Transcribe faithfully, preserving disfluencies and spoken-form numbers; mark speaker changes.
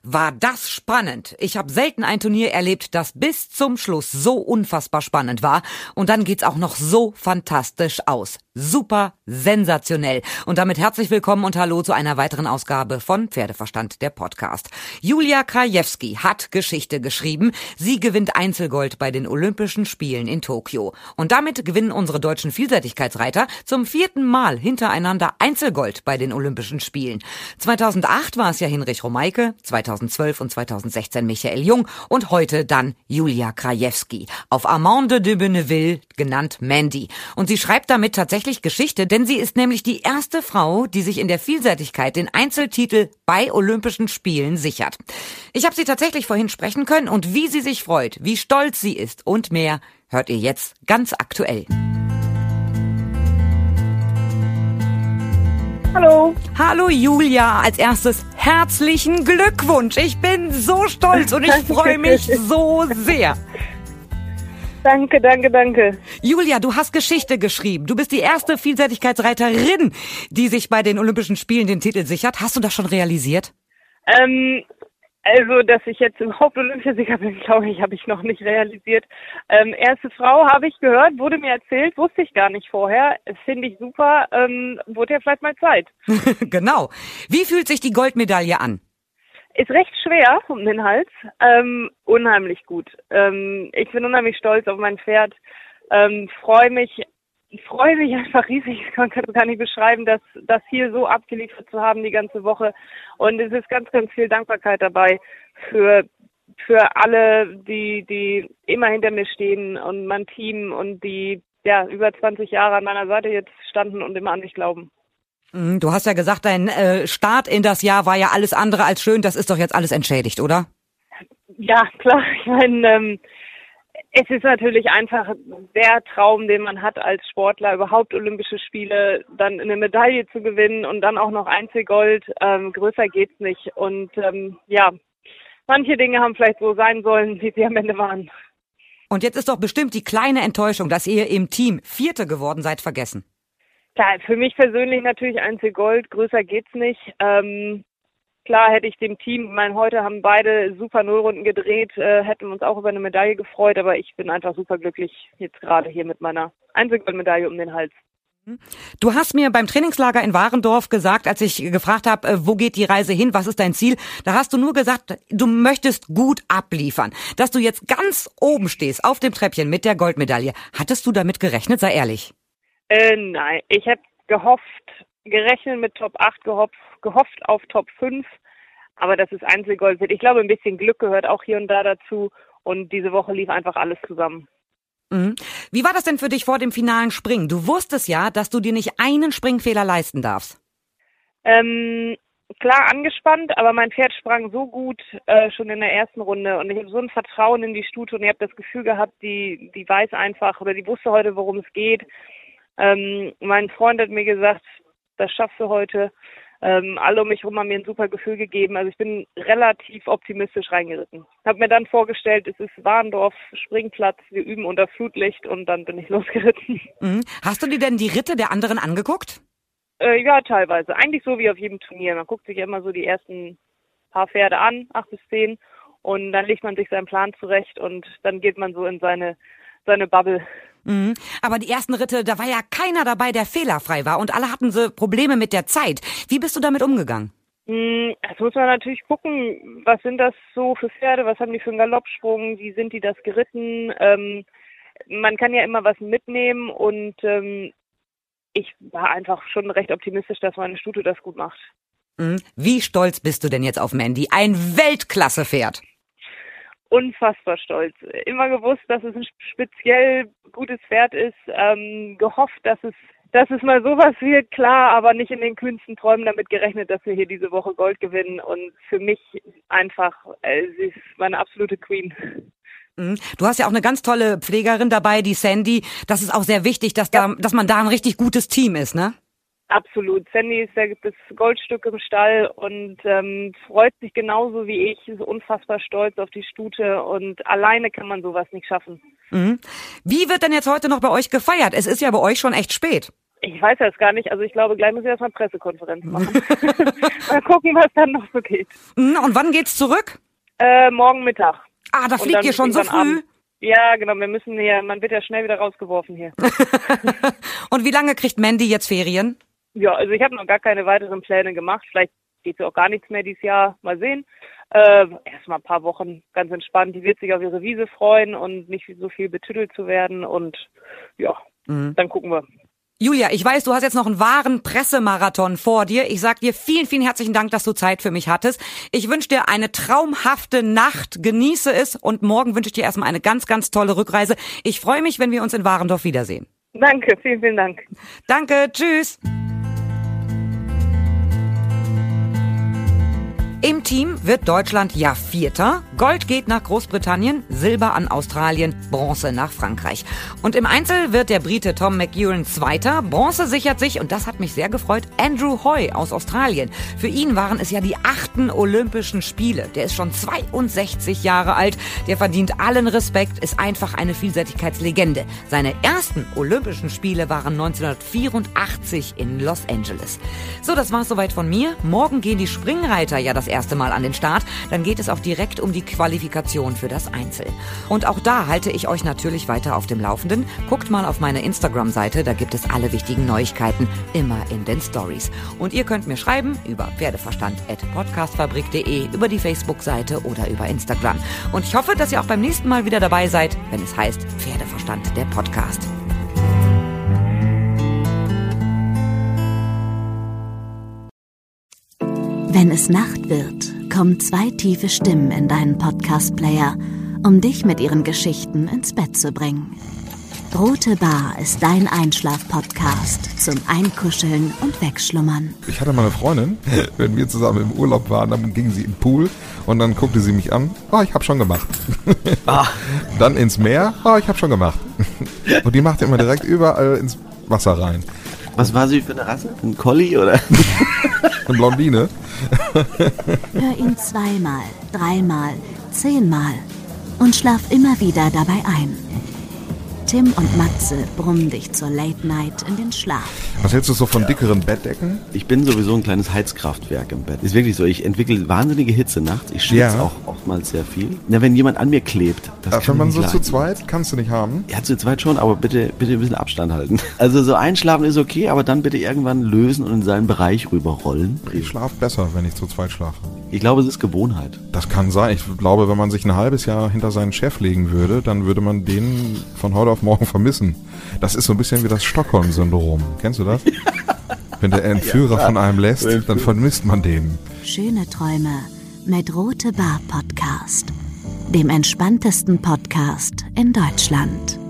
Speaker 1: War das spannend. Ich habe selten ein Turnier erlebt, das bis zum Schluss so unfassbar spannend war. Und dann geht's auch noch so fantastisch aus. Super sensationell. Und damit herzlich willkommen und hallo zu einer weiteren Ausgabe von Pferdeverstand, der Podcast. Julia Krajewski hat Geschichte geschrieben. Sie gewinnt Einzelgold bei den Olympischen Spielen in Tokio. Und damit gewinnen unsere deutschen Vielseitigkeitsreiter zum vierten Mal hintereinander Einzelgold bei den Olympischen Spielen. zweitausendacht war es ja Hinrich Romeike, zweitausendzwölf und zweitausendsechzehn Michael Jung und heute dann Julia Krajewski. Auf Amande de Benneville, genannt Mandy. Und sie schreibt damit tatsächlich Geschichte, denn sie ist nämlich die erste Frau, die sich in der Vielseitigkeit den Einzeltitel bei Olympischen Spielen sichert. Ich habe sie tatsächlich vorhin sprechen können und wie sie sich freut, wie stolz sie ist und mehr, hört ihr jetzt ganz aktuell.
Speaker 2: Hallo.
Speaker 1: Hallo Julia, als erstes herzlichen Glückwunsch. Ich bin so stolz und ich freue mich so sehr.
Speaker 2: Danke, danke, danke.
Speaker 1: Julia, du hast Geschichte geschrieben. Du bist die erste Vielseitigkeitsreiterin, die sich bei den Olympischen Spielen den Titel sichert. Hast du das schon realisiert?
Speaker 2: Ähm, also, dass ich jetzt überhaupt Olympiasieger bin, glaube ich, habe ich noch nicht realisiert. Ähm, erste Frau habe ich gehört, wurde mir erzählt, wusste ich gar nicht vorher. Finde ich super, ähm, wurde ja vielleicht mal Zeit.
Speaker 1: Genau. Wie fühlt sich die Goldmedaille an?
Speaker 2: Ist recht schwer um den Hals, ähm, unheimlich gut. Ähm, ich bin unheimlich stolz auf mein Pferd, ähm, freue mich, freue mich einfach riesig, ich kann es gar nicht beschreiben, das, das hier so abgeliefert zu haben die ganze Woche. Und es ist ganz, ganz viel Dankbarkeit dabei für für alle, die die immer hinter mir stehen und mein Team und die ja über zwanzig Jahre an meiner Seite jetzt standen und immer an mich glauben.
Speaker 1: Du hast ja gesagt, dein äh, Start in das Jahr war ja alles andere als schön. Das ist doch jetzt alles entschädigt, oder?
Speaker 2: Ja, klar. Ich meine, ähm, es ist natürlich einfach der Traum, den man hat als Sportler, überhaupt Olympische Spiele, dann eine Medaille zu gewinnen und dann auch noch Einzelgold. Ähm, größer geht's nicht. Und ähm, ja, manche Dinge haben vielleicht so sein sollen, wie sie am Ende waren.
Speaker 1: Und jetzt ist doch bestimmt die kleine Enttäuschung, dass ihr im Team Vierte geworden seid, vergessen.
Speaker 2: Klar, für mich persönlich natürlich Einzelgold, größer geht's nicht. Ähm, klar hätte ich dem Team, ich meine, heute haben beide super Nullrunden gedreht, äh, hätten uns auch über eine Medaille gefreut, aber ich bin einfach super glücklich jetzt gerade hier mit meiner Einzelgoldmedaille um den Hals.
Speaker 1: Du hast mir beim Trainingslager in Warendorf gesagt, als ich gefragt habe, wo geht die Reise hin, was ist dein Ziel, da hast du nur gesagt, du möchtest gut abliefern. Dass du jetzt ganz oben stehst auf dem Treppchen mit der Goldmedaille, hattest du damit gerechnet, sei ehrlich?
Speaker 2: Äh, nein, ich habe gehofft, gerechnet mit Top acht, gehofft, gehofft auf Top fünf, aber dass es Einzelgold wird. Ich glaube, ein bisschen Glück gehört auch hier und da dazu und diese Woche lief einfach alles zusammen.
Speaker 1: Mhm. Wie war das denn für dich vor dem finalen Springen? Du wusstest ja, dass du dir nicht einen Springfehler leisten darfst.
Speaker 2: Ähm, klar angespannt, aber mein Pferd sprang so gut äh, schon in der ersten Runde und ich habe so ein Vertrauen in die Stute und ich habe das Gefühl gehabt, die, die weiß einfach oder die wusste heute, worum es geht. Ähm, mein Freund hat mir gesagt, das schaffst du heute. Ähm, alle um mich herum haben mir ein super Gefühl gegeben. Also ich bin relativ optimistisch reingeritten. Habe mir dann vorgestellt, es ist Warendorf, Springplatz, wir üben unter Flutlicht und dann bin ich losgeritten.
Speaker 1: Mhm. Hast du dir denn die Ritte der anderen angeguckt?
Speaker 2: Äh, ja, teilweise. Eigentlich so wie auf jedem Turnier. Man guckt sich ja immer so die ersten paar Pferde an, acht bis zehn, und dann legt man sich seinen Plan zurecht und dann geht man so in seine, seine Bubble.
Speaker 1: Mhm. Aber die ersten Ritte, da war ja keiner dabei, der fehlerfrei war und alle hatten so Probleme mit der Zeit. Wie bist du damit umgegangen?
Speaker 2: Jetzt muss man natürlich gucken, was sind das so für Pferde, was haben die für einen Galoppsprung, wie sind die das geritten. Ähm, man kann ja immer was mitnehmen und ähm, ich war einfach schon recht optimistisch, dass meine Stute das gut macht.
Speaker 1: Mhm. Wie stolz bist du denn jetzt auf Mandy? Ein Weltklasse-Pferd.
Speaker 2: Unfassbar stolz. Immer gewusst, dass es ein speziell gutes Pferd ist. Ähm, gehofft, dass es, dass es mal sowas wird, klar, aber nicht in den kühnsten Träumen damit gerechnet, dass wir hier diese Woche Gold gewinnen. Und für mich einfach, äh, sie ist meine absolute Queen.
Speaker 1: Mhm. Du hast ja auch eine ganz tolle Pflegerin dabei, die Sandy. Das ist auch sehr wichtig, dass da, dass man da ein richtig gutes Team ist, ne?
Speaker 2: Absolut. Sandy ist das Goldstück im Stall und ähm, freut sich genauso wie ich, ist unfassbar stolz auf die Stute und alleine kann man sowas nicht schaffen.
Speaker 1: Mhm. Wie wird denn jetzt heute noch bei euch gefeiert? Es ist ja bei euch schon echt spät.
Speaker 2: Ich weiß das gar nicht. Also ich glaube, gleich muss ich erstmal Pressekonferenz machen. Mal gucken, was dann noch so geht.
Speaker 1: Und wann geht's zurück?
Speaker 2: Äh, morgen Mittag.
Speaker 1: Ah, da fliegt ihr schon so früh?
Speaker 2: Abend. Ja, genau. Wir müssen hier, man wird ja schnell wieder rausgeworfen hier.
Speaker 1: Und wie lange kriegt Mandy jetzt Ferien?
Speaker 2: Ja, also ich habe noch gar keine weiteren Pläne gemacht. Vielleicht geht sie auch gar nichts mehr dieses Jahr. Mal sehen. Äh, erstmal ein paar Wochen ganz entspannt. Die wird sich auf ihre Wiese freuen und nicht so viel betüttelt zu werden. Und ja, mhm. dann gucken wir.
Speaker 1: Julia, ich weiß, du hast jetzt noch einen wahren Pressemarathon vor dir. Ich sag dir vielen, vielen herzlichen Dank, dass du Zeit für mich hattest. Ich wünsche dir eine traumhafte Nacht. Genieße es. Und morgen wünsche ich dir erstmal eine ganz, ganz tolle Rückreise. Ich freue mich, wenn wir uns in Warendorf wiedersehen.
Speaker 2: Danke, vielen, vielen Dank.
Speaker 1: Danke, tschüss. Im Team wird Deutschland ja Vierter. Gold geht nach Großbritannien, Silber an Australien, Bronze nach Frankreich. Und im Einzel wird der Brite Tom McEwan Zweiter. Bronze sichert sich, und das hat mich sehr gefreut, Andrew Hoy aus Australien. Für ihn waren es ja die achten Olympischen Spiele. Der ist schon zweiundsechzig Jahre alt. Der verdient allen Respekt, ist einfach eine Vielseitigkeitslegende. Seine ersten Olympischen Spiele waren neunzehnhundertvierundachtzig in Los Angeles. So, das war's soweit von mir. Morgen gehen die Springreiter ja das erste Mal an den Start. Dann geht es auch direkt um die Qualifikation für das Einzel. Und auch da halte ich euch natürlich weiter auf dem Laufenden. Guckt mal auf meine Instagram-Seite, da gibt es alle wichtigen Neuigkeiten, immer in den Stories. Und ihr könnt mir schreiben über pferdeverstand at podcastfabrik punkt de, über die Facebook-Seite oder über Instagram. Und ich hoffe, dass ihr auch beim nächsten Mal wieder dabei seid, wenn es heißt Pferdeverstand, der Podcast.
Speaker 3: Wenn es Nacht wird, kommen zwei tiefe Stimmen in deinen Podcast-Player, um dich mit ihren Geschichten ins Bett zu bringen. Rote Bar ist dein Einschlaf-Podcast zum Einkuscheln und Wegschlummern.
Speaker 4: Ich hatte mal eine Freundin, wenn wir zusammen im Urlaub waren, dann ging sie in den Pool und dann guckte sie mich an. Oh, ich hab schon gemacht. Ah. Dann ins Meer. Oh, ich hab schon gemacht. Und die machte immer direkt überall ins Wasser rein.
Speaker 5: Was war sie für eine Rasse? Ein Collie oder?
Speaker 4: Eine Blondine.
Speaker 3: Hör ihn zweimal, dreimal, zehnmal und schlaf immer wieder dabei ein. Tim und Matze brummen dich zur Late Night in den Schlaf.
Speaker 4: Was hältst du so von dickeren Bettdecken?
Speaker 5: Ich bin sowieso ein kleines Heizkraftwerk im Bett. Ist wirklich so, ich entwickle wahnsinnige Hitze nachts. Ich schwitze ja. auch oftmals sehr viel. Na, wenn jemand an mir klebt, das
Speaker 4: Ach,
Speaker 5: kann
Speaker 4: wenn man
Speaker 5: nicht
Speaker 4: so
Speaker 5: leiden.
Speaker 4: Zu zweit, kannst du nicht haben?
Speaker 5: Ja, zu zweit schon, aber bitte, bitte ein bisschen Abstand halten. Also so einschlafen ist okay, aber dann bitte irgendwann lösen und in seinen Bereich rüberrollen.
Speaker 4: Ich schlafe besser, wenn ich zu zweit schlafe.
Speaker 5: Ich glaube, es ist Gewohnheit.
Speaker 4: Das kann sein. Ich glaube, wenn man sich ein halbes Jahr hinter seinen Chef legen würde, dann würde man den von heute auf morgen vermissen. Das ist so ein bisschen wie das Stockholm-Syndrom. Kennst du das? Wenn der Entführer ja, von einem lässt, dann vermisst man den.
Speaker 3: Schöne Träume mit Rote Bar Podcast, dem entspanntesten Podcast in Deutschland.